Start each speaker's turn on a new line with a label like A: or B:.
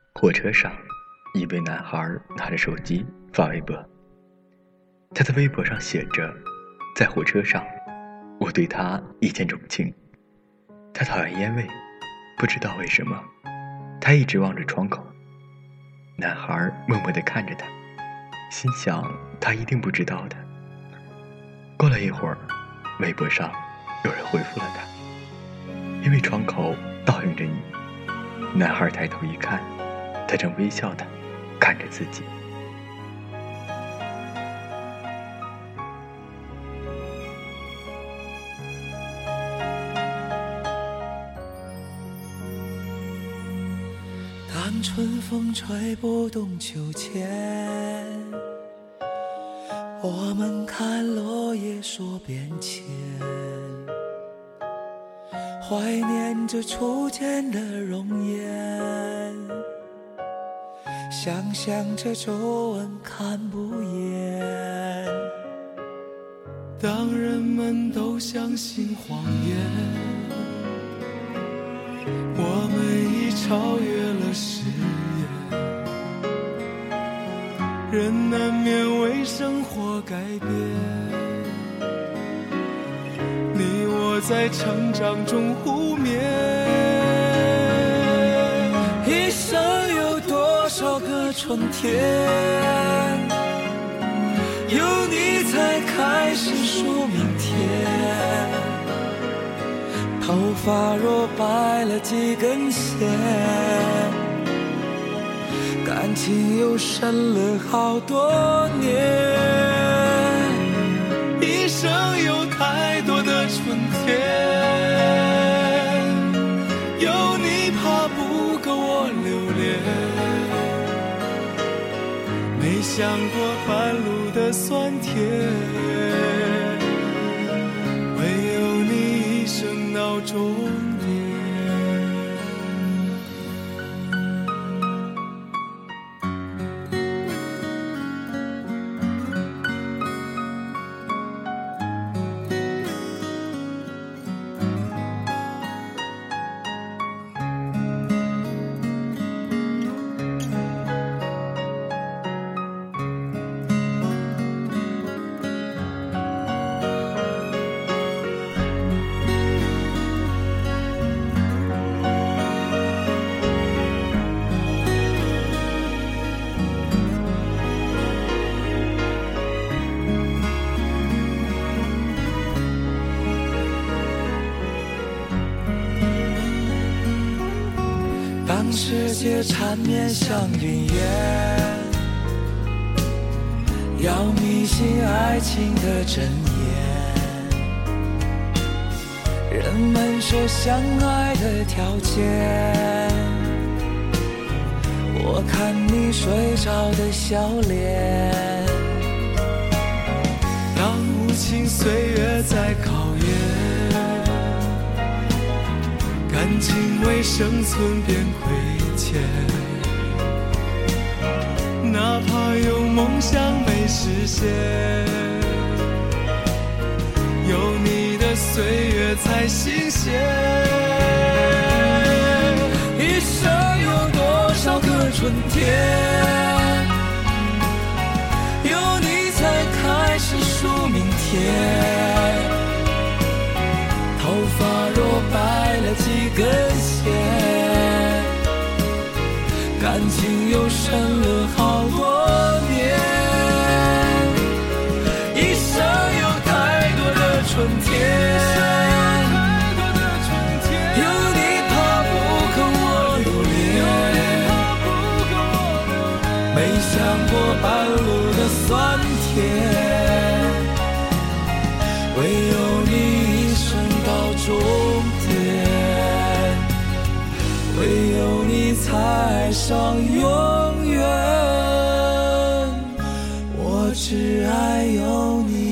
A: 火车上，一位男孩拿着手机发微博。他在微博上写着：在火车上，我对他一见钟情。他讨厌烟味，不知道为什么，他一直望着窗口。男孩默默地看着他，心想他一定不知道的。过了一会儿，微博上有人回复了他，因为窗口倒映着你。男孩抬头一看，他正微笑地看着自己。
B: 当春风吹不动秋千，我们看落叶说变迁，怀念着初见的容颜，想象着皱纹看不厌。当人们都相信谎言，我们已超越了誓言，人难免为生活改变，你我在成长中互勉。一生有多少个春天，有你才开始数明天。头发若白了几根线，感情又深了好多年。一生有太多的春天，有你怕不够我留恋，没想过半路的酸甜，到终点。当世界缠绵像云烟，要迷信爱情的真言，人们说相爱的条件，我看你睡着的笑脸。当无情岁月在考验，感情为生存变亏欠，哪怕有梦想没实现，有你的岁月才新鲜。一生有多少个春天，有你才开始数明天。头发若白了几根线，感情又深了好多年。一生有太多的春天，有你怕不够我留恋，没想过半路的酸甜，唯有你一生到终点，唯有你才爱上永远，我只爱有你。